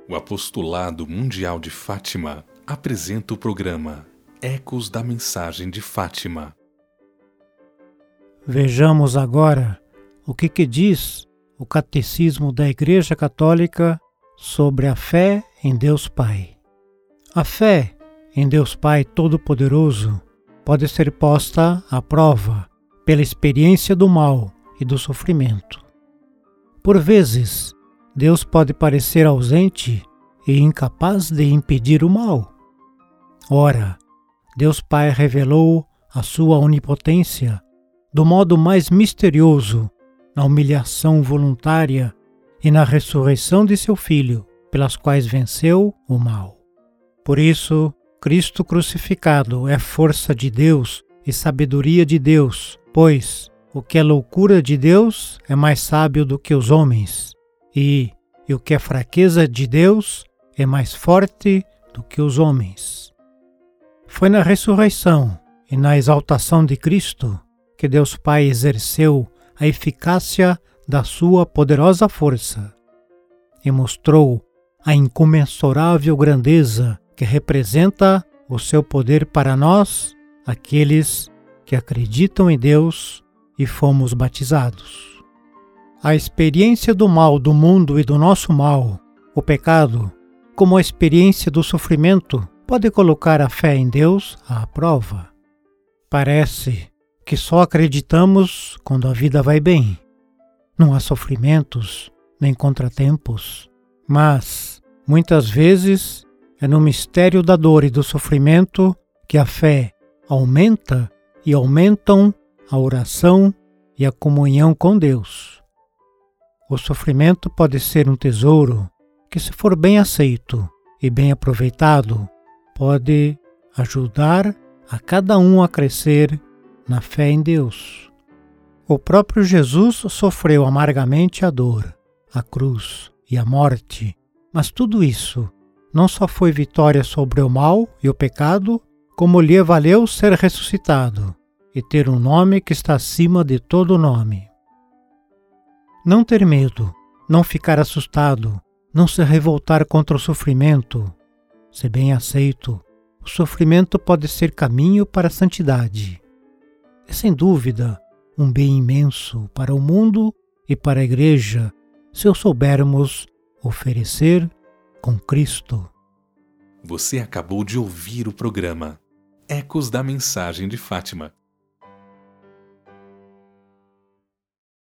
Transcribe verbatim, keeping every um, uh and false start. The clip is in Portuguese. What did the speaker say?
O Apostolado Mundial de Fátima apresenta o programa Ecos da Mensagem de Fátima. Vejamos agora o que, que diz o Catecismo da Igreja Católica sobre a fé em Deus Pai. A fé em Deus Pai Todo-Poderoso pode ser posta à prova pela experiência do mal e do sofrimento. Por vezes, Deus pode parecer ausente e incapaz de impedir o mal. Ora, Deus Pai revelou a sua onipotência do modo mais misterioso na humilhação voluntária e na ressurreição de seu Filho, pelas quais venceu o mal. Por isso, Cristo crucificado é força de Deus e sabedoria de Deus, pois o que é loucura de Deus é mais sábio do que os homens, e, e o que é fraqueza de Deus é mais forte do que os homens. Foi na ressurreição e na exaltação de Cristo que Deus Pai exerceu a eficácia da sua poderosa força e mostrou a incomensurável grandeza que representa o seu poder para nós, aqueles que acreditam em Deus e fomos batizados. A experiência do mal do mundo e do nosso mal, o pecado, como a experiência do sofrimento, pode colocar a fé em Deus à prova. Parece que só acreditamos quando a vida vai bem. Não há sofrimentos, nem contratempos, mas, muitas vezes, é no mistério da dor e do sofrimento que a fé aumenta e aumentam a oração e a comunhão com Deus. O sofrimento pode ser um tesouro que, se for bem aceito e bem aproveitado, pode ajudar a cada um a crescer na fé em Deus. O próprio Jesus sofreu amargamente a dor, a cruz e a morte, mas tudo isso não só foi vitória sobre o mal e o pecado, como lhe valeu ser ressuscitado e ter um nome que está acima de todo nome. Não ter medo, não ficar assustado, não se revoltar contra o sofrimento. Se bem aceito, o sofrimento pode ser caminho para a santidade. É sem dúvida um bem imenso para o mundo e para a Igreja, se o soubermos oferecer com Cristo. Você acabou de ouvir o programa Ecos da Mensagem de Fátima,